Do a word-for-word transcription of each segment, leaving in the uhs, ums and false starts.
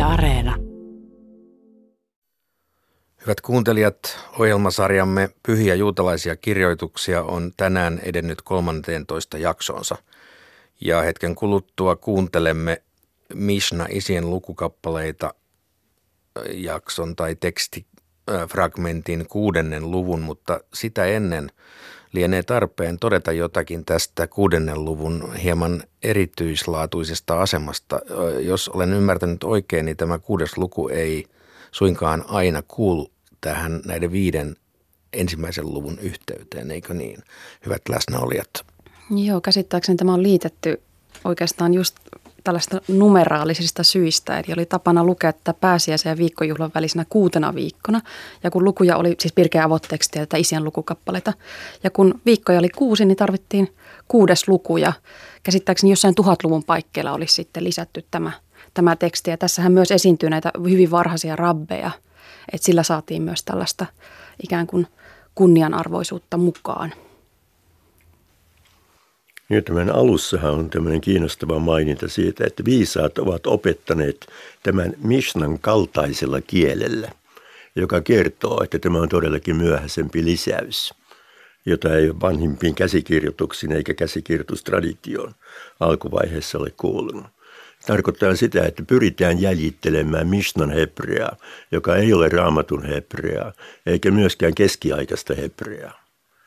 Areena. Hyvät kuuntelijat, ohjelmasarjamme Pyhiä juutalaisia kirjoituksia on tänään edennyt kolmanteentoista jaksoonsa. Ja hetken kuluttua kuuntelemme Mishna isien lukukappaleita jakson tai tekstifragmentin kuudennen luvun, mutta sitä ennen lienee tarpeen todeta jotakin tästä kuudennen luvun hieman erityislaatuisesta asemasta. Jos olen ymmärtänyt oikein, niin tämä kuudes luku ei suinkaan aina kuulu tähän näiden viiden ensimmäisen luvun yhteyteen, eikö niin? Hyvät läsnäolijat. Joo, käsittääkseni tämä on liitetty oikeastaan just tällaista numeraalisista syistä. Eli oli tapana lukea tätä pääsiäisen ja viikkojuhlan välisenä kuutena viikkona. Ja kun lukuja oli siis Pirkeen avottekstiä, tätä isien lukukappaleita. Ja kun viikkoja oli kuusi, niin tarvittiin kuudes luku. Ja käsittääkseni jossain tuhatluvun paikkeilla olisi sitten lisätty tämä, tämä teksti. Ja tässähän myös esiintyy näitä hyvin varhaisia rabbeja. Että sillä saatiin myös tällaista ikään kuin kunnianarvoisuutta mukaan. Nyt tämän alussahan on tämmöinen kiinnostava maininta siitä, että viisaat ovat opettaneet tämän Mishnan kaltaisella kielellä, joka kertoo, että tämä on todellakin myöhäisempi lisäys, jota ei ole vanhimpiin käsikirjoituksiin eikä käsikirjoitustraditioon alkuvaiheessa ole kuulunut. Tarkoittaa sitä, että pyritään jäljittelemään Mishnan hebreaa, joka ei ole raamatun hebreaa, eikä myöskään keskiaikaista hebreaa.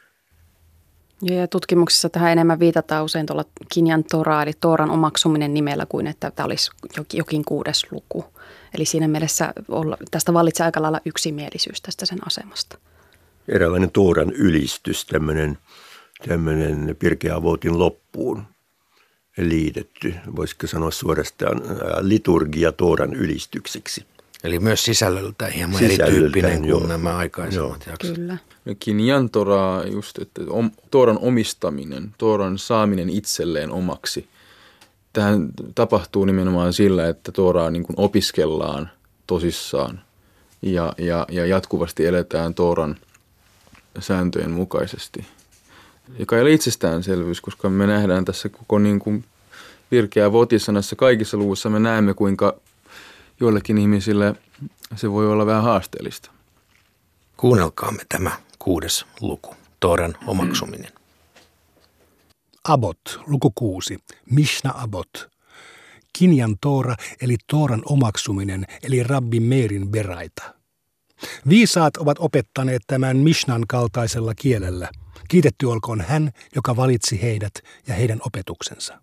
Ja tutkimuksissa tähän enemmän viitataan usein tuolla Kinjan Toraa, eli Tooran omaksuminen nimellä, kuin että tämä olisi jokin kuudes luku. Eli siinä mielessä tästä vallitsee aika lailla yksimielisyys tästä sen asemasta. Eräänlainen Tooran ylistys, tämmöinen, tämmöinen Pirkei Avotin loppuun liitetty, voisiko sanoa suorastaan liturgia Tooran ylistykseksi. Eli myös sisällöltään hieman sisällöltään, erityyppinen kuin joo. Nämä aikaisemmat joo. jaksot. Kyllä. Kinjan Toraa just, että Tooran omistaminen, Tooran saaminen itselleen omaksi. Tähän tapahtuu nimenomaan sillä, että Tooraa niin kuin opiskellaan tosissaan ja, ja, ja jatkuvasti eletään Tooran sääntöjen mukaisesti. Joka ei ole itsestäänselvyys, koska me nähdään tässä koko niin kuin Pirkei Avotin-sanassa kaikissa luvuissa me näemme, kuinka joillekin ihmisille se voi olla vähän haasteellista. Kuunnelkaamme tämä kuudes luku, Tooran omaksuminen. Abot, luku kuusi, Mishna Abot. Kinjan Toora, eli Tooran omaksuminen, eli Rabbi Meerin beraita. Viisaat ovat opettaneet tämän Mishnan kaltaisella kielellä. Kiitetty olkoon hän, joka valitsi heidät ja heidän opetuksensa.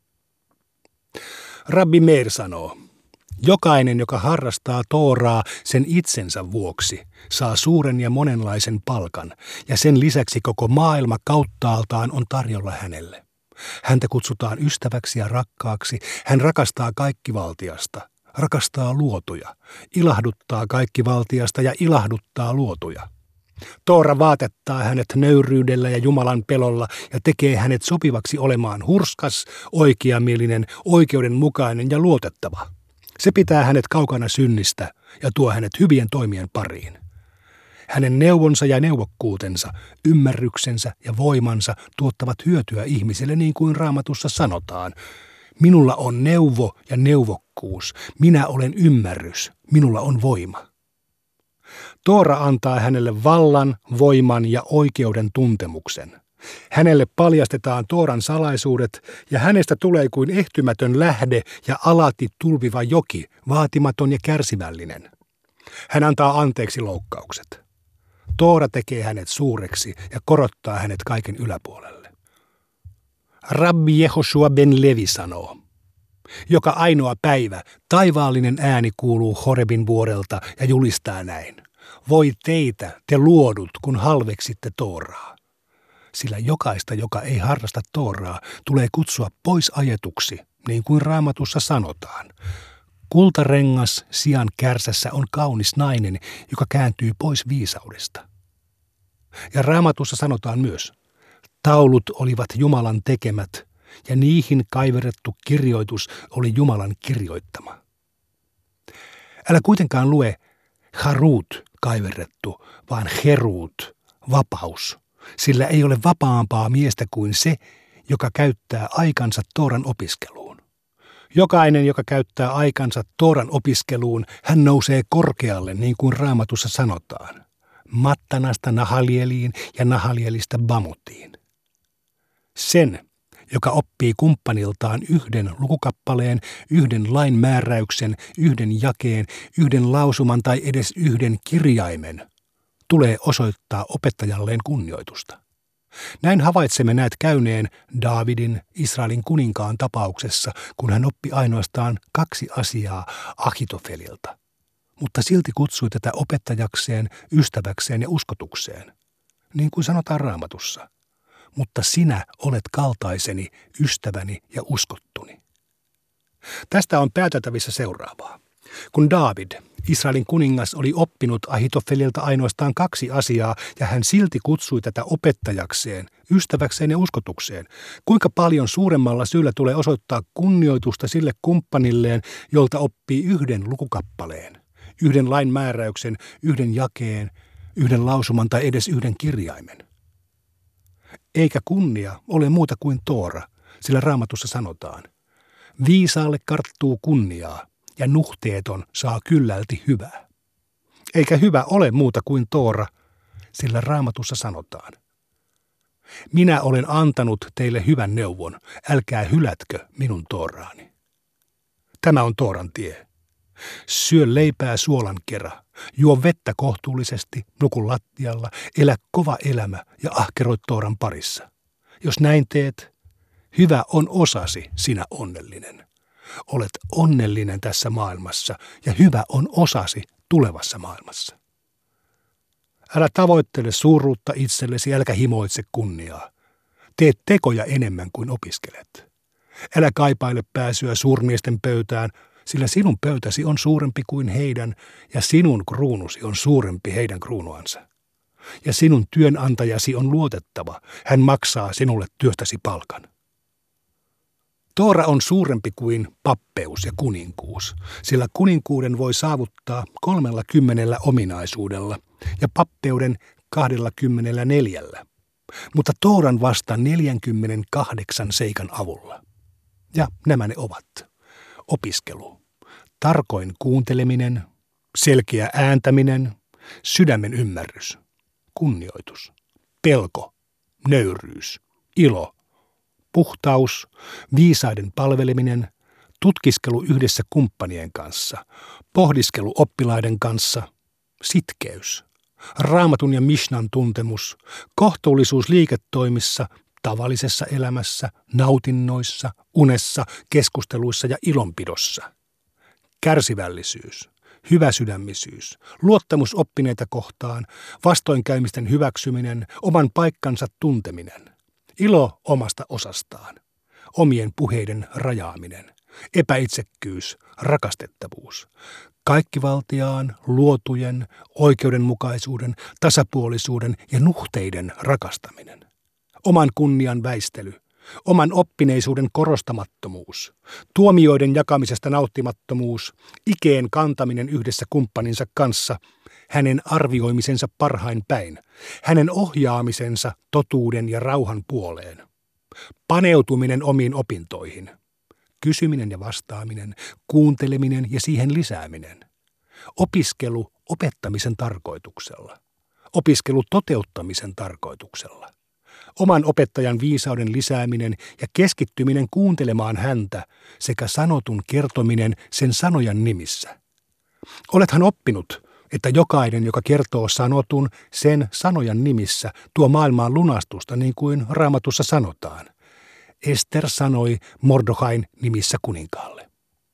Rabbi Meir sanoo, jokainen, joka harrastaa Tooraa sen itsensä vuoksi, saa suuren ja monenlaisen palkan, ja sen lisäksi koko maailma kauttaaltaan on tarjolla hänelle. Häntä kutsutaan ystäväksi ja rakkaaksi, hän rakastaa kaikkivaltiasta, rakastaa luotuja, ilahduttaa kaikkivaltiasta ja ilahduttaa luotuja. Toora vaatettaa hänet nöyryydellä ja Jumalan pelolla ja tekee hänet sopivaksi olemaan hurskas, oikeamielinen, oikeudenmukainen ja luotettava. Se pitää hänet kaukana synnistä ja tuo hänet hyvien toimien pariin. Hänen neuvonsa ja neuvokkuutensa, ymmärryksensä ja voimansa tuottavat hyötyä ihmiselle niin kuin Raamatussa sanotaan. Minulla on neuvo ja neuvokkuus, minä olen ymmärrys, minulla on voima. Toora antaa hänelle vallan, voiman ja oikeuden tuntemuksen. Hänelle paljastetaan Tooran salaisuudet ja hänestä tulee kuin ehtymätön lähde ja alati tulviva joki, vaatimaton ja kärsivällinen. Hän antaa anteeksi loukkaukset. Toora tekee hänet suureksi ja korottaa hänet kaiken yläpuolelle. Rabbi Jehoshua ben Levi sanoo, joka ainoa päivä taivaallinen ääni kuuluu Horebin vuorelta ja julistaa näin. Voi teitä, te luodut, kun halveksitte Tooraa. Sillä jokaista, joka ei harrasta Tooraa, tulee kutsua pois ajetuksi, niin kuin Raamatussa sanotaan. Kultarengas sian kärsässä on kaunis nainen, joka kääntyy pois viisaudesta. Ja Raamatussa sanotaan myös, taulut olivat Jumalan tekemät, ja niihin kaiverrettu kirjoitus oli Jumalan kirjoittama. Älä kuitenkaan lue harut kaiverrettu, vaan herut, vapaus, sillä ei ole vapaampaa miestä kuin se, joka käyttää aikansa Tooran opiskeluun. Jokainen, joka käyttää aikansa Tooran opiskeluun, hän nousee korkealle, niin kuin Raamatussa sanotaan. Mattanasta Nahalieliin ja Nahalielistä Bamutiin. Sen, joka oppii kumppaniltaan yhden lukukappaleen, yhden lain määräyksen, yhden jakeen, yhden lausuman tai edes yhden kirjaimen, tulee osoittaa opettajalleen kunnioitusta. Näin havaitsemme näet käyneen Daavidin, Israelin kuninkaan tapauksessa, kun hän oppi ainoastaan kaksi asiaa Ahitofelilta, mutta silti kutsui tätä opettajakseen, ystäväkseen ja uskotukseen, niin kuin sanotaan Raamatussa. Mutta sinä olet kaltaiseni, ystäväni ja uskottuni. Tästä on pääteltävissä seuraavaa. Kun Daavid, Israelin kuningas, oli oppinut Ahitofelilta ainoastaan kaksi asiaa ja hän silti kutsui tätä opettajakseen, ystäväkseen ja uskotukseen, kuinka paljon suuremmalla syyllä tulee osoittaa kunnioitusta sille kumppanilleen, jolta oppii yhden lukukappaleen, yhden lain määräyksen, yhden jakeen, yhden lausuman tai edes yhden kirjaimen. Eikä kunnia ole muuta kuin Toora, sillä Raamatussa sanotaan, viisaalle karttuu kunniaa ja nuhteeton saa kyllälti hyvää. Eikä hyvä ole muuta kuin Toora, sillä Raamatussa sanotaan, minä olen antanut teille hyvän neuvon, älkää hylätkö minun Tooraani. Tämä on Tooran tie. Syö leipää suolan kera, juo vettä kohtuullisesti, nuku lattialla, elä kova elämä ja ahkeroi Tooran parissa. Jos näin teet, hyvä on osasi, sinä onnellinen. Olet onnellinen tässä maailmassa ja hyvä on osasi tulevassa maailmassa. Älä tavoittele suuruutta itsellesi, älkä himoitse kunniaa. Tee tekoja enemmän kuin opiskelet. Älä kaipaile pääsyä suurmiesten pöytään, sillä sinun pöytäsi on suurempi kuin heidän, ja sinun kruunusi on suurempi heidän kruunuansa. Ja sinun työnantajasi on luotettava, hän maksaa sinulle työstäsi palkan. Toora on suurempi kuin pappeus ja kuninkuus, sillä kuninkuuden voi saavuttaa kolmella kymmenellä ominaisuudella ja pappeuden kahdella kymmenellä neljällä, mutta Tooran vasta neljänkymmenenkahdeksan seikan avulla. Ja nämä ne ovat. Opiskelu, tarkoin kuunteleminen, selkeä ääntäminen, sydämen ymmärrys, kunnioitus, pelko, nöyryys, ilo, puhtaus, viisaiden palveleminen, tutkiskelu yhdessä kumppanien kanssa, pohdiskelu oppilaiden kanssa, sitkeys, Raamatun ja Mishnan tuntemus, kohtuullisuus liiketoimissa, tavallisessa elämässä, nautinnoissa, unessa, keskusteluissa ja ilonpidossa, kärsivällisyys, hyväsydämisyys, luottamus oppineita kohtaan, vastoinkäymisten hyväksyminen, oman paikkansa tunteminen, ilo omasta osastaan, omien puheiden rajaaminen, epäitsekkyys, rakastettavuus, kaikkivaltiaan, luotujen, oikeudenmukaisuuden, tasapuolisuuden ja nuhteiden rakastaminen, oman kunnian väistely, oman oppineisuuden korostamattomuus, tuomioiden jakamisesta nauttimattomuus, ikeen kantaminen yhdessä kumppaninsa kanssa, hänen arvioimisensa parhain päin, hänen ohjaamisensa totuuden ja rauhan puoleen, paneutuminen omiin opintoihin, kysyminen ja vastaaminen, kuunteleminen ja siihen lisääminen, opiskelu opettamisen tarkoituksella, opiskelu toteuttamisen tarkoituksella, oman opettajan viisauden lisääminen ja keskittyminen kuuntelemaan häntä sekä sanotun kertominen sen sanojan nimissä. Olethan oppinut, että jokainen, joka kertoo sanotun sen sanojan nimissä, tuo maailmaan lunastusta niin kuin Raamatussa sanotaan. Ester sanoi Mordokain nimissä kuninkaalle.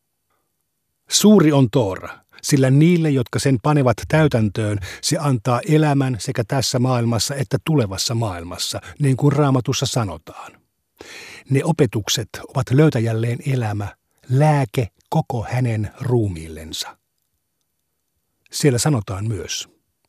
Suuri on Toora, sillä niille, jotka sen panevat täytäntöön, se antaa elämän sekä tässä maailmassa että tulevassa maailmassa, niin kuin Raamatussa sanotaan. Ne opetukset ovat löytäjälleen elämä, lääke koko hänen ruumiillensa. Siellä sanotaan myös,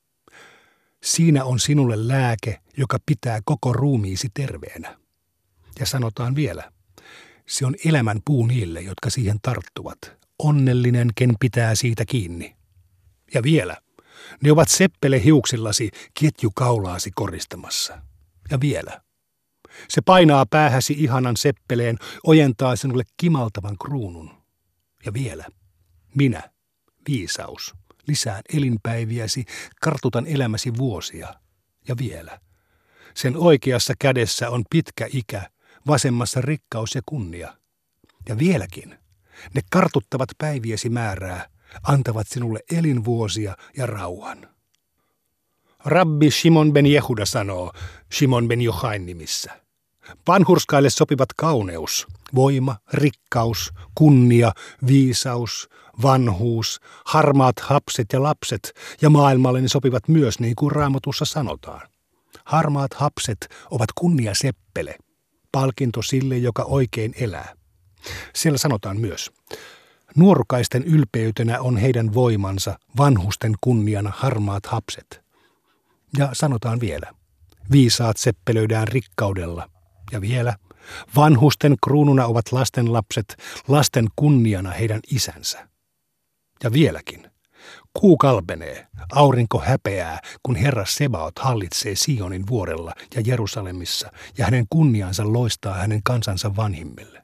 siinä on sinulle lääke, joka pitää koko ruumiisi terveenä. Ja sanotaan vielä, se on elämän puu niille, jotka siihen tarttuvat. Onnellinen, ken pitää siitä kiinni. Ja vielä, ne ovat seppele hiuksillasi ketju kaulaasi koristamassa. Ja vielä, Se painaa päähäsi ihanan seppeleen, ojentaa sinulle kimaltavan kruunun. Ja vielä, minä, viisaus, lisään elinpäiviäsi, kartutan elämäsi vuosia. Ja vielä, sen oikeassa kädessä on pitkä ikä, vasemmassa rikkaus ja kunnia. Ja vieläkin, ne kartuttavat päiviesi määrää, antavat sinulle elinvuosia ja rauhan. Rabbi Shimon ben Jehuda sanoo Shimon ben Jochain nimissä. Vanhurskaille sopivat kauneus, voima, rikkaus, kunnia, viisaus, vanhuus, harmaat hapset ja lapset, ja maailmalle ne sopivat myös niin kuin Raamatussa sanotaan. Harmaat hapset ovat kunnia seppele, palkinto sille, joka oikein elää. Siellä sanotaan myös, nuorukaisten ylpeytenä on heidän voimansa, vanhusten kunniana harmaat hapset. Ja sanotaan vielä, viisaat seppelöidään rikkaudella. Ja vielä, vanhusten kruununa ovat lasten lapset, lasten kunniana heidän isänsä. Ja vieläkin, kuu kalpenee, aurinko häpeää, kun Herra Sebaot hallitsee Sionin vuorella ja Jerusalemissa, ja hänen kunniansa loistaa hänen kansansa vanhimmille.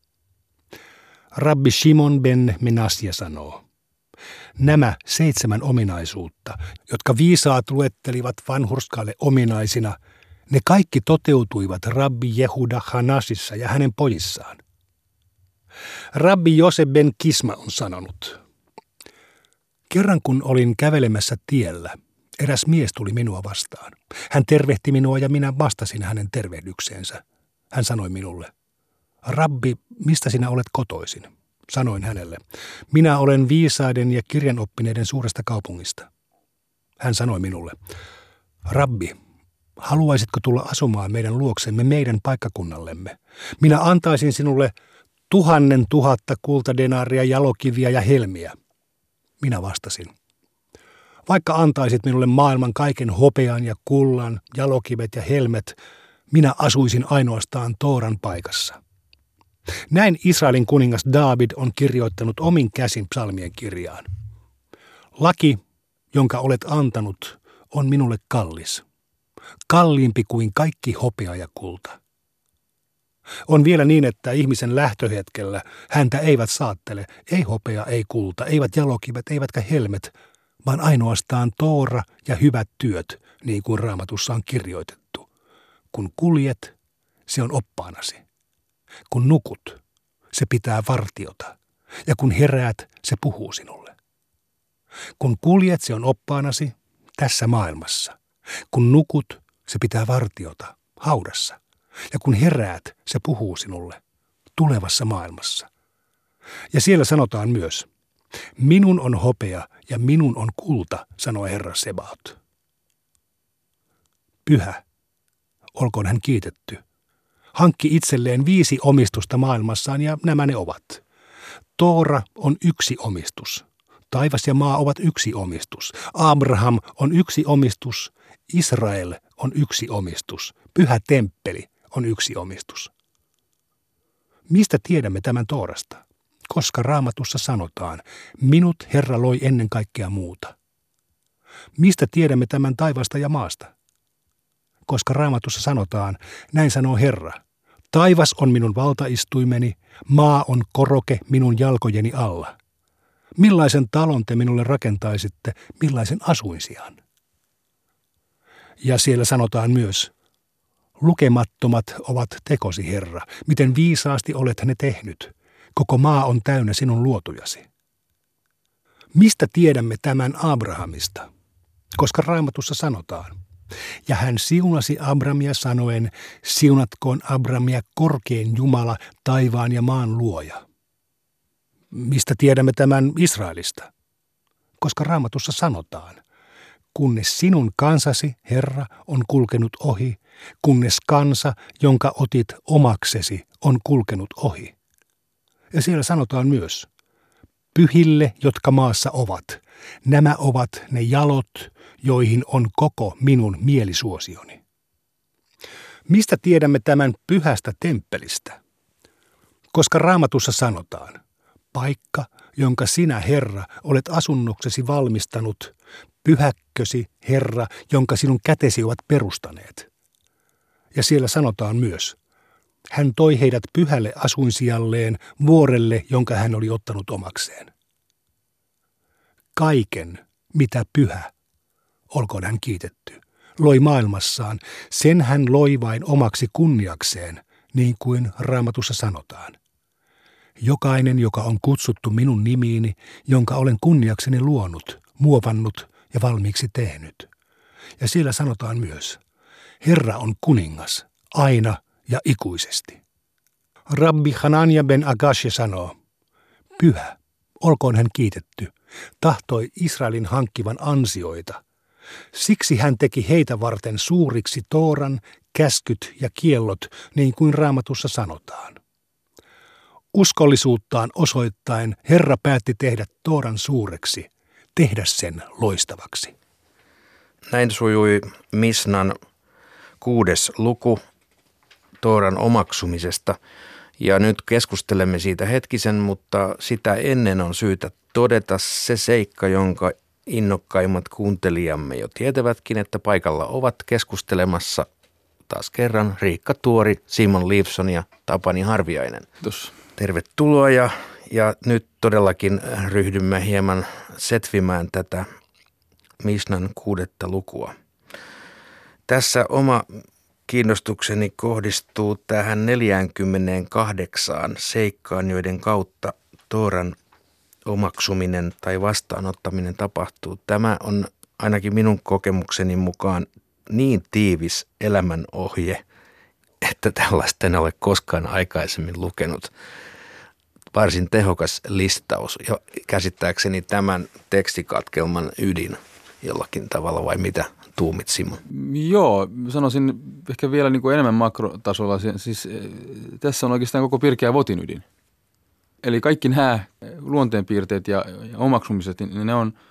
Rabbi Shimon ben Menasja sanoo, nämä seitsemän ominaisuutta, jotka viisaat luettelivat vanhurskaille ominaisina, ne kaikki toteutuivat Rabbi Jehuda Hanasissa ja hänen pojissaan. Rabbi Josef ben Kisma on sanonut, kerran kun olin kävelemässä tiellä, eräs mies tuli minua vastaan. Hän tervehti minua ja minä vastasin hänen tervehdykseensä. Hän sanoi minulle, Rabbi, mistä sinä olet kotoisin? Sanoin hänelle, minä olen viisaiden ja kirjanoppineiden suuresta kaupungista. Hän sanoi minulle, Rabbi, haluaisitko tulla asumaan meidän luoksemme meidän paikkakunnallemme? Minä antaisin sinulle tuhannen tuhatta kultadenaaria, jalokiviä ja helmiä. Minä vastasin, vaikka antaisit minulle maailman kaiken hopean ja kullan, jalokivet ja helmet, minä asuisin ainoastaan Tooran paikassa. Näin Israelin kuningas Daavid on kirjoittanut omin käsin psalmien kirjaan. Laki, jonka olet antanut, on minulle kallis. Kalliimpi kuin kaikki hopea ja kulta. On vielä niin, että ihmisen lähtöhetkellä häntä eivät saattele, ei hopea, ei kulta, eivät jalokivet, eivätkä helmet, vaan ainoastaan Toora ja hyvät työt, niin kuin Raamatussa on kirjoitettu. Kun kuljet, se on oppaanasi. Kun nukut, se pitää vartiota, ja kun heräät, se puhuu sinulle. Kun kuljet, se on oppaanasi tässä maailmassa. Kun nukut, se pitää vartiota haudassa, ja kun heräät, se puhuu sinulle tulevassa maailmassa. Ja siellä sanotaan myös, minun on hopea ja minun on kulta, sanoo Herra Sebaot. Pyhä, olkoon hän kiitetty. Hankki itselleen viisi omistusta maailmassaan ja nämä ne ovat. Toora on yksi omistus. Taivas ja maa ovat yksi omistus. Abraham on yksi omistus. Israel on yksi omistus. Pyhä temppeli on yksi omistus. Mistä tiedämme tämän Toorasta? Koska Raamatussa sanotaan, minut Herra loi ennen kaikkea muuta. Mistä tiedämme tämän taivasta ja maasta? Koska Raamatussa sanotaan, näin sanoo Herra, taivas on minun valtaistuimeni, maa on koroke minun jalkojeni alla. Millaisen talon te minulle rakentaisitte, millaisen asuinsijan? Ja siellä sanotaan myös, lukemattomat ovat tekosi, Herra, miten viisaasti olet ne tehnyt. Koko maa on täynnä sinun luotujasi. Mistä tiedämme tämän Abrahamista? Koska Raamatussa sanotaan, ja hän siunasi Abramia sanoen, siunatkoon Abramia korkein Jumala, taivaan ja maan luoja. Mistä tiedämme tämän Israelista? Koska Raamatussa sanotaan, kunnes sinun kansasi, Herra, on kulkenut ohi, kunnes kansa, jonka otit omaksesi, on kulkenut ohi. Ja siellä sanotaan myös, pyhille, jotka maassa ovat, nämä ovat ne jalot, joihin on koko minun mielisuosioni. Mistä tiedämme tämän pyhästä temppelistä? Koska Raamatussa sanotaan, paikka, jonka sinä, Herra, olet asunnoksesi valmistanut, pyhäkkösi, Herra, jonka sinun kätesi ovat perustaneet. Ja siellä sanotaan myös, hän toi heidät pyhälle asuinsijalleen, vuorelle, jonka hän oli ottanut omakseen. Kaiken, mitä pyhä, olkoon hän kiitetty, loi maailmassaan, sen hän loi vain omaksi kunniakseen, niin kuin Raamatussa sanotaan. Jokainen, joka on kutsuttu minun nimiini, jonka olen kunniakseni luonut, muovannut ja valmiiksi tehnyt. Ja siellä sanotaan myös, Herra on kuningas, aina ja ikuisesti. Rabbi Hanania ben Agashia sanoo, pyhä, olkoon hän kiitetty, tahtoi Israelin hankkivan ansioita. Siksi hän teki heitä varten suuriksi Tooran, käskyt ja kiellot, niin kuin Raamatussa sanotaan. Uskollisuuttaan osoittaen Herra päätti tehdä Tooran suureksi, tehdä sen loistavaksi. Näin sujui Mishnan kuudes luku Tooran omaksumisesta. Ja nyt keskustelemme siitä hetkisen, mutta sitä ennen on syytä todeta se seikka, jonka innokkaimmat kuuntelijamme jo tietävätkin, että paikalla ovat keskustelemassa taas kerran Riikka Tuori, Simon Leifson ja Tapani Harviainen. Kiitos. Tervetuloa ja, ja nyt todellakin ryhdymme hieman setvimään tätä Mishnan kuudetta lukua. Tässä oma kiinnostukseni kohdistuu tähän neljäänkymmeneenkahdeksaan seikkaan, joiden kautta Tooran omaksuminen tai vastaanottaminen tapahtuu. Tämä on ainakin minun kokemukseni mukaan niin tiivis elämänohje, että tällaista en ole koskaan aikaisemmin lukenut. Varsin tehokas listaus ja käsittääkseni tämän tekstikatkelman ydin jollakin tavalla, vai mitä tuumit, Simon? Joo, sanoisin ehkä vielä niin kuin enemmän makrotasolla. Siis tässä on oikeastaan koko Pirkei Avotin ydin. Eli kaikki nämä luonteenpiirteet ja, ja omaksumiset, niin ne on,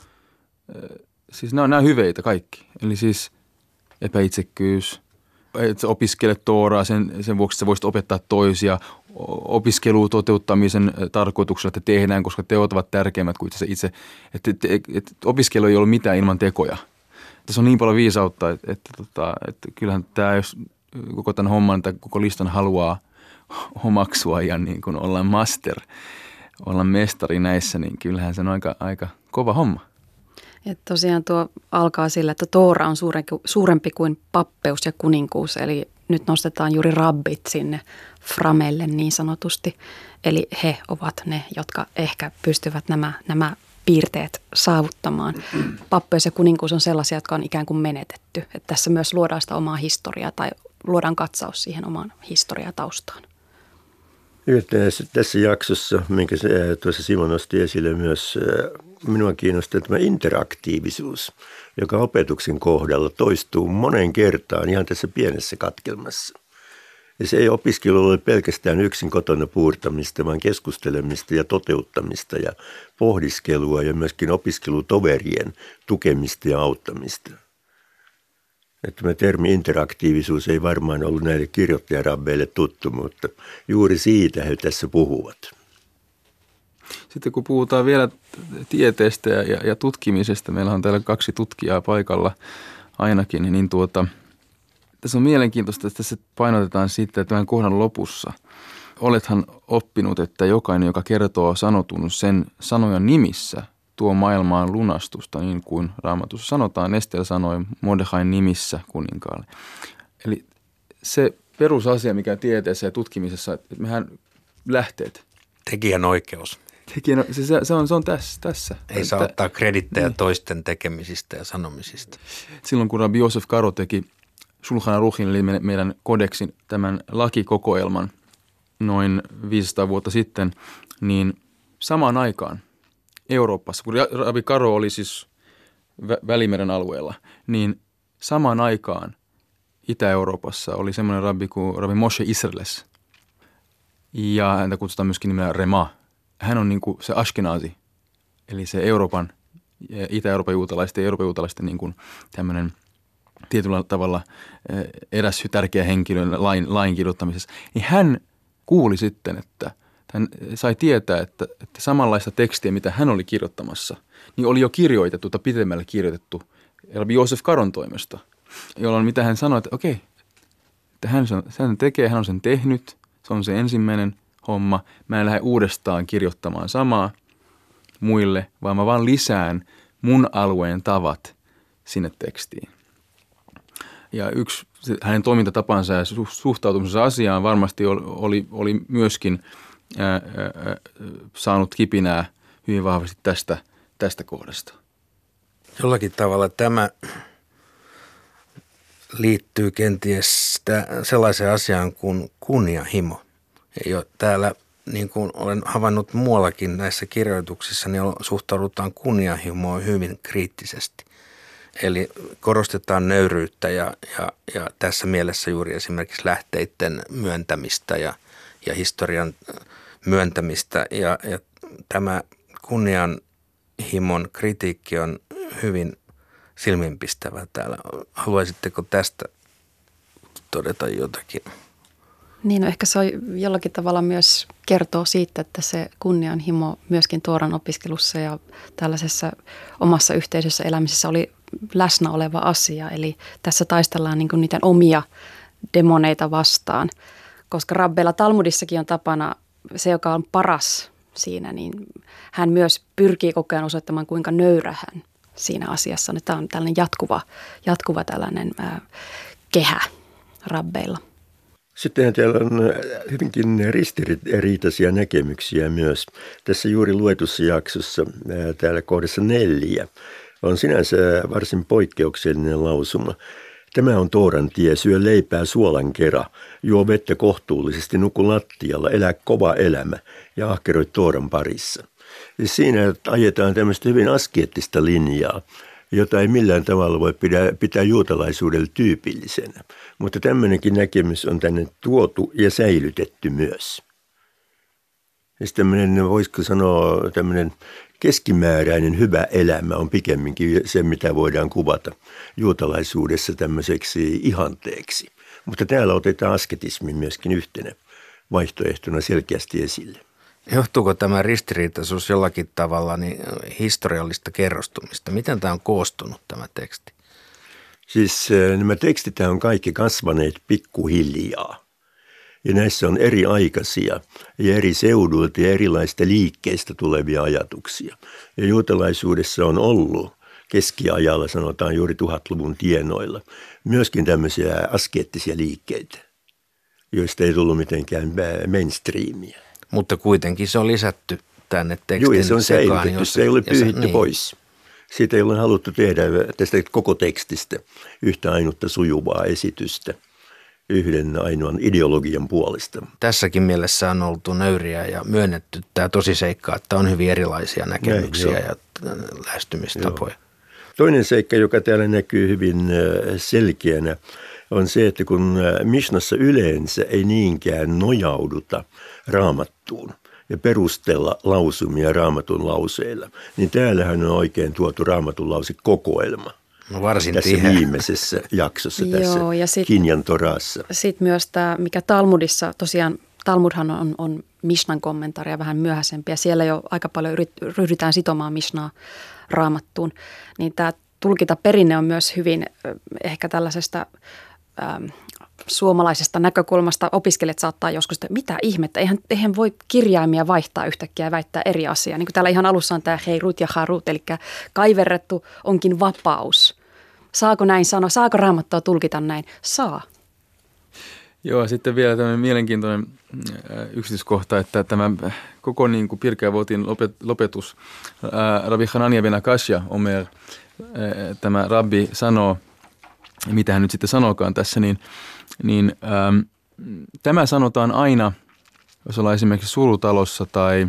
siis ne on nämä hyveitä kaikki. Eli siis epäitsekkyys, että sä opiskelet Tooraa sen, sen vuoksi, että sä voisit opettaa toisia, opiskelu toteuttamisen tarkoituksella, että tehdään, koska teot ovat tärkeimmät kuin itse itse. Että, että, että opiskelu ei ole mitään ilman tekoja. Tässä on niin paljon viisautta, että, että, että, että kyllähän tämä, jos koko tämän homman tai koko listan haluaa omaksua ja niin kuin olla master, olla mestari näissä, niin kyllähän se on aika, aika kova homma. Ja tosiaan tuo alkaa sillä, että Toora on suurempi kuin pappeus ja kuninkuus, eli nyt nostetaan juuri rabbit sinne framelle niin sanotusti. Eli he ovat ne, jotka ehkä pystyvät nämä, nämä piirteet saavuttamaan. Pappeus ja kuninkuus on sellaisia, jotka on ikään kuin menetetty. Että tässä myös luodaan sitä omaa historiaa tai luodaan katsaus siihen omaan historiataustaan. Tässä jaksossa, minkä tuossa Simon nosti esille myös, minua kiinnostaa tämä interaktiivisuus, joka opetuksen kohdalla toistuu moneen kertaan ihan tässä pienessä katkelmassa. Ja se ei opiskelu ole pelkästään yksin kotona puurtamista, vaan keskustelemista ja toteuttamista ja pohdiskelua ja myöskin opiskelutoverien tukemista ja auttamista. Että tämä termi interaktiivisuus ei varmaan ollut näille kirjoittajarabbeille tuttu, mutta juuri siitä he tässä puhuvat. Sitten kun puhutaan vielä tieteestä ja, ja, ja tutkimisesta, meillä on täällä kaksi tutkijaa paikalla ainakin, niin tuota, tässä on mielenkiintoista, että tässä painotetaan siitä, että tämän kohdan lopussa olethan oppinut, että jokainen, joka kertoo sanotun sen sanojan nimissä, tuo maailmaan lunastusta, niin kuin Raamatussa sanotaan. Ester sanoi Mordechain nimissä kuninkaalle. Eli se perusasia, mikä tieteessä ja tutkimisessa, että mehän lähteet. Tekijän oikeus. Tekijän, se, se, on, se on tässä. tässä. Ei saa ottaa kredittejä niin. toisten tekemisistä ja sanomisista. Silloin kun Rabbi Josef Karo teki Shulchan Aruchin, eli meidän kodeksin, tämän lakikokoelman noin viisisataa vuotta sitten, niin samaan aikaan Euroopassa, kun Rabbi Karo oli siis Välimeren alueella, niin samaan aikaan Itä-Euroopassa oli semmoinen rabbi kuin Rabbi Moshe Isserles. Ja häntä kutsutaan myöskin nimellä Rema. Hän on niin kuin se Ashkenazi, eli se Euroopan, Itä-Euroopan juutalaisten ja Euroopan juutalaisten niin kuin tämmöinen tietyllä tavalla eräs tärkeä henkilö lain, lain kirjoittamisessa. Niin hän kuuli sitten, että hän sai tietää, että, että samanlaista tekstiä, mitä hän oli kirjoittamassa, niin oli jo kirjoitettu tai pitemmälle kirjoitettu Rabbi Josef Karon toimesta, jolloin mitä hän sanoi, että okei, että hän sen tekee, hän on sen tehnyt, se on se ensimmäinen homma. Mä en lähde uudestaan kirjoittamaan samaa muille, vaan mä vaan lisään mun alueen tavat sinne tekstiin. Ja yksi hänen toimintatapansa ja suhtautumisensa asiaan varmasti oli, oli myöskin ää, ää, saanut kipinää hyvin vahvasti tästä, tästä kohdasta. Jollakin tavalla tämä liittyy kenties sellaiseen asiaan kuin kunnianhimo. Jo täällä, niin kuin olen havainnut muuallakin näissä kirjoituksissa, niin suhtaudutaan kunnianhimoon hyvin kriittisesti. Eli korostetaan nöyryyttä ja, ja, ja tässä mielessä juuri esimerkiksi lähteiden myöntämistä ja, ja historian myöntämistä. Ja, ja tämä kunnianhimon kritiikki on hyvin silmiinpistävä täällä. Haluaisitteko tästä todeta jotakin? Niin, no ehkä se on jollakin tavalla myös kertoo siitä, että se kunnianhimo myöskin Tooran opiskelussa ja tällaisessa omassa yhteisössä elämisessä oli läsnä oleva asia. Eli tässä taistellaan niin kuin niiden omia demoneita vastaan, koska Rabbeilla Talmudissakin on tapana se, joka on paras siinä, niin hän myös pyrkii koko ajan osoittamaan, kuinka nöyrä hän siinä asiassa. Tämä on tällainen jatkuva, jatkuva tällainen ää, kehä Rabbeilla. Sitten täällä on hyvinkin ristiriitaisia näkemyksiä myös. Tässä juuri luetussa jaksossa, täällä kohdassa neljä, on sinänsä varsin poikkeuksellinen lausuma. Tämä on Tooran tie, syö leipää suolan kera, juo vettä kohtuullisesti, nuku lattialla, elää kova elämä ja ahkeroi Tooran parissa. Ja siinä ajetaan tämmöistä hyvin askeettista linjaa, jota ei millään tavalla voi pitää, pitää juutalaisuudelle tyypillisenä. Mutta tämmöinenkin näkemys on tänne tuotu ja säilytetty myös. Ja tämmöinen, voisiko sanoa, tämmöinen keskimääräinen hyvä elämä on pikemminkin se, mitä voidaan kuvata juutalaisuudessa tämmöiseksi ihanteeksi. Mutta täällä otetaan asketismi myöskin yhtenä vaihtoehtona selkeästi esille. Johtuuko tämä ristiriitaisuus jollakin tavalla niin historiallista kerrostumista? Miten tämä on koostunut, tämä teksti? Siis nämä tekstit on kaikki kasvaneet pikkuhiljaa. Ja näissä on eri aikaisia ja eri seuduilta ja erilaista liikkeistä tulevia ajatuksia. Ja juutalaisuudessa on ollut keskiajalla, sanotaan juuri tuhatluvun tienoilla, myöskin tämmöisiä askeettisia liikkeitä, joista ei tullut mitenkään mainstreamia. Mutta kuitenkin se on lisätty tänne tekstin Joo, ja se on sekaan. säilytetty, se ei ole pyyhitty niin. pois. Siitä ei ole haluttu tehdä tästä koko tekstistä yhtä ainutta sujuvaa esitystä yhden ainoan ideologian puolesta. Tässäkin mielessä on oltu nöyriä ja myönnetty tämä tosiseikka, että on hyvin erilaisia näkemyksiä Näin, ja lähestymistapoja. Joo. Toinen seikka, joka täällä näkyy hyvin selkeänä, on se, että kun Mishnassa yleensä ei niinkään nojauduta Raamattuun ja perustella lausumia Raamatun lauseilla, niin täällähän on oikein tuotu Raamatun lausekokoelma. No varsin tässä tiheä. Viimeisessä jaksossa tässä Joo, ja sit, Kinjan Torassa. Sitten myös tämä, mikä Talmudissa, tosiaan Talmudhan on, on Mishnan kommentaaria vähän myöhäisempiä. Siellä jo aika paljon yrit, ryhdytään sitomaan Mishnaa Raamattuun. Niin tämä tulkita perinne on myös hyvin ehkä tällaisesta ähm, suomalaisesta näkökulmasta. Opiskelijat saattaa joskus, että mitä ihmettä, eihän, eihän voi kirjaimia vaihtaa yhtäkkiä ja väittää eri asiaa. Niin kuin täällä ihan alussa on tämä heirut ja harut, eli kaiverrettu onkin vapaus. Saako näin sanoa? Saako Raamattua tulkita näin? Saa. Joo, sitten vielä tämmöinen mielenkiintoinen yksityiskohta, että tämä koko niin kuin Pirkei Avotin lopetus, ää, Rabbi Hanania ben Akashia, Omer, ää, tämä rabbi sanoo, mitä hän nyt sitten sanookaan tässä, niin, niin ää, tämä sanotaan aina, jos ollaan esimerkiksi surutalossa tai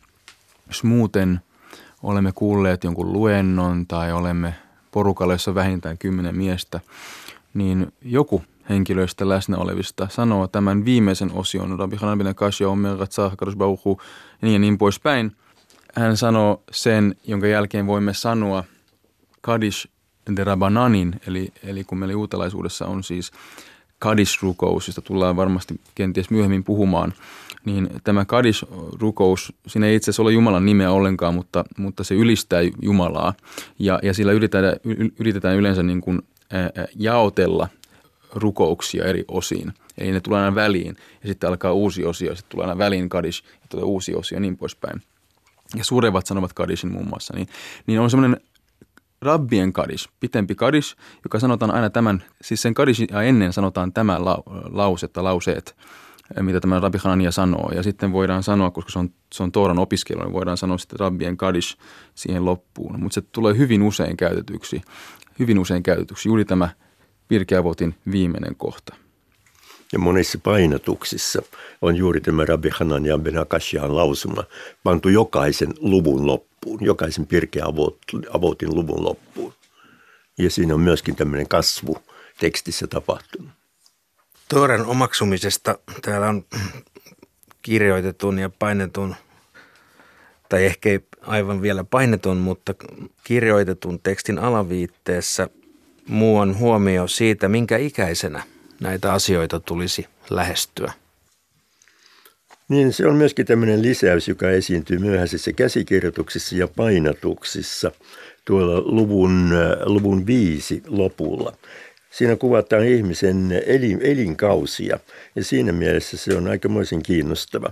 jos muuten olemme kuulleet jonkun luennon tai olemme porukalla, jossa on vähintään kymmenen miestä, niin joku henkilöistä läsnä olevista sanoo tämän viimeisen osion, Rabbi Hanan ben Akashia, Omer Ratzah, Kadosh Baruch Hu, ja niin ja niin poispäin. Hän sanoo sen, jonka jälkeen voimme sanoa Kadish de Rabananin, eli, eli kun meillä juutalaisuudessa on siis Kadish-rukous, josta tullaan varmasti kenties myöhemmin puhumaan, niin tämä Kadish-rukous, siinä ei itse asiassa ole Jumalan nimeä ollenkaan, mutta, mutta se ylistää Jumalaa, ja, ja sillä yritetään, yritetään yleensä niin kuin, ää, jaotella rukouksia eri osiin. Eli ne tulee aina väliin ja sitten alkaa uusi osio, sitten tulee aina väliin kadish ja tulee uusi osio ja niin poispäin. Ja surevat sanovat kadishin muun muassa. Niin, niin on semmoinen rabbien kadish, pitempi kadish, joka sanotaan aina tämän, siis sen kadishia ennen sanotaan tämä lause tai lauseet, mitä tämä Rabbi Hanania sanoo. Ja sitten voidaan sanoa, koska se on, se on Tooran opiskelu, niin voidaan sanoa sitten rabbien kadish siihen loppuun. Mutta se tulee hyvin usein käytetyksi, hyvin usein käytetyksi, juuri tämä Pirkei Avotin viimeinen kohta. Ja monissa painotuksissa on juuri tämä Rabbi Hanania ben Akashian lausuma pantu jokaisen luvun loppuun, jokaisen Pirkei Avotin luvun loppuun. Ja siinä on myöskin tämmöinen kasvu tekstissä tapahtunut. Tooran omaksumisesta täällä on kirjoitetun ja painetun, tai ehkä ei aivan vielä painetun, mutta kirjoitetun tekstin alaviitteessä muu on huomio siitä, minkä ikäisenä näitä asioita tulisi lähestyä. Niin, se on myöskin tämmöinen lisäys, joka esiintyy myöhäisissä käsikirjoituksissa ja painatuksissa tuolla luvun, luvun viisi lopulla. Siinä kuvataan ihmisen elin, elinkausia ja siinä mielessä se on aikamoisen kiinnostava.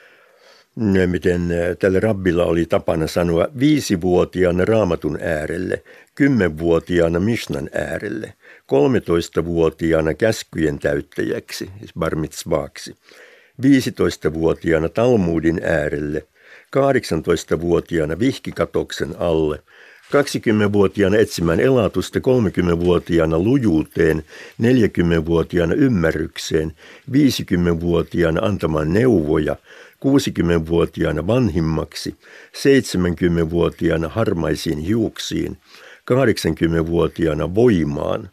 Miten tällä rabbilla oli tapana sanoa viisivuotiaana raamatun äärelle, kymmenvuotiaana Mishnan äärelle, kolmetoistavuotiaana käskyjen täyttäjäksi, siis bar mitzvaaksi, viisitoistavuotiaana Talmudin äärelle, kahdeksantoistavuotiaana vihkikatoksen alle, kaksikymmenvuotiaana etsimään elatusta, kolmekymmenvuotiaana lujuuteen, neljäkymmenvuotiaana ymmärrykseen, viisikymmenvuotiaana antamaan neuvoja, kuusikymmenvuotiaana vanhimmaksi, seitsemänkymmenvuotiaana harmaisiin hiuksiin, kahdeksankymmenvuotiaana voimaan,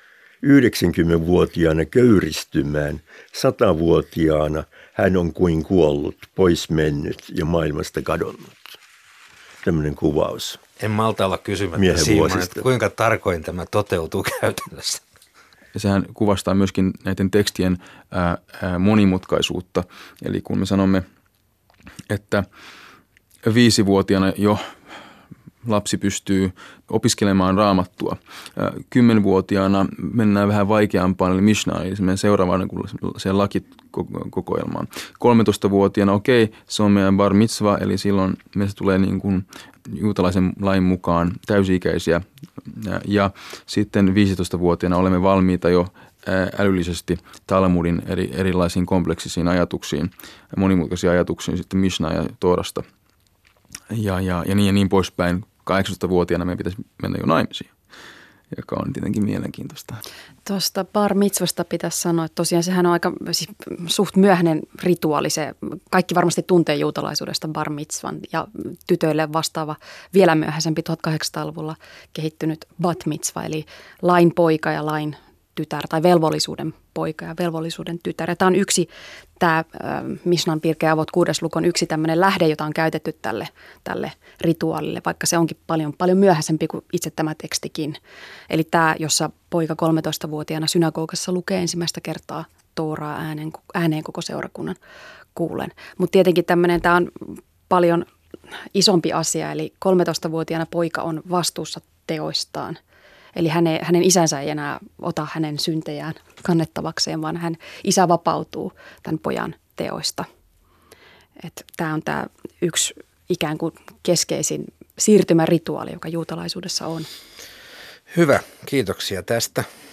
yhdeksänkymmenvuotiaana köyristymään, satavuotiaana hän on kuin kuollut, pois mennyt ja maailmasta kadonnut. Tämmöinen kuvaus. En malta olla kysymättä Simon, että kuinka tarkoin tämä toteutuu käytännössä. Ja sehän kuvastaa myöskin näiden tekstien ää, ää, monimutkaisuutta. Eli kun me sanomme, että viisivuotiaana jo lapsi pystyy opiskelemaan raamattua. Kymmenvuotiaana mennään vähän vaikeampaan, eli Mishnaan, eli se meidän seuraavaan se lakikokoelmaan. kolmetoistavuotiaana, okei, se on meidän bar mitzva, eli silloin meistä tulee niin kuin juutalaisen lain mukaan täysi-ikäisiä. Ja sitten viisitoistavuotiaana olemme valmiita jo älyllisesti Talmudin eri, erilaisiin kompleksisiin ajatuksiin, monimutkaisiin ajatuksiin sitten Mishnaa ja Toorasta. Ja, ja, ja niin ja niin poispäin. kahdeksantoistavuotiaana meidän pitäisi mennä jo naimisiin, joka on tietenkin mielenkiintoista. Tuosta bar mitzvasta pitäisi sanoa, että tosiaan sehän on aika siis suht myöhäinen rituaali. Se, kaikki varmasti tuntee juutalaisuudesta bar mitzvan ja tytöille vastaava vielä myöhäisempi tuhatkahdeksansataaluvulla kehittynyt bat mitzva, eli lain poika ja lain tytär tai velvollisuuden poika ja velvollisuuden tytär. Ja tämä on yksi, tämä äh, Mishnan Pirkei Avot kuudes luku on yksi tämmöinen lähde, jota on käytetty tälle, tälle rituaalille, vaikka se onkin paljon, paljon myöhäisempi kuin itse tämä tekstikin. Eli tämä, jossa poika kolmetoistavuotiaana synagogassa lukee ensimmäistä kertaa Tooraa ääneen, ääneen koko seurakunnan kuulen. Mutta tietenkin tämmöinen, tämä on paljon isompi asia, eli kolmetoistavuotiaana poika on vastuussa teoistaan. Eli hänen, hänen isänsä ei enää ota hänen syntejään kannettavakseen, vaan hän, isä vapautuu tämän pojan teoista. Tämä on tämä yksi ikään kuin keskeisin siirtymärituaali, joka juutalaisuudessa on. Hyvä, kiitoksia tästä.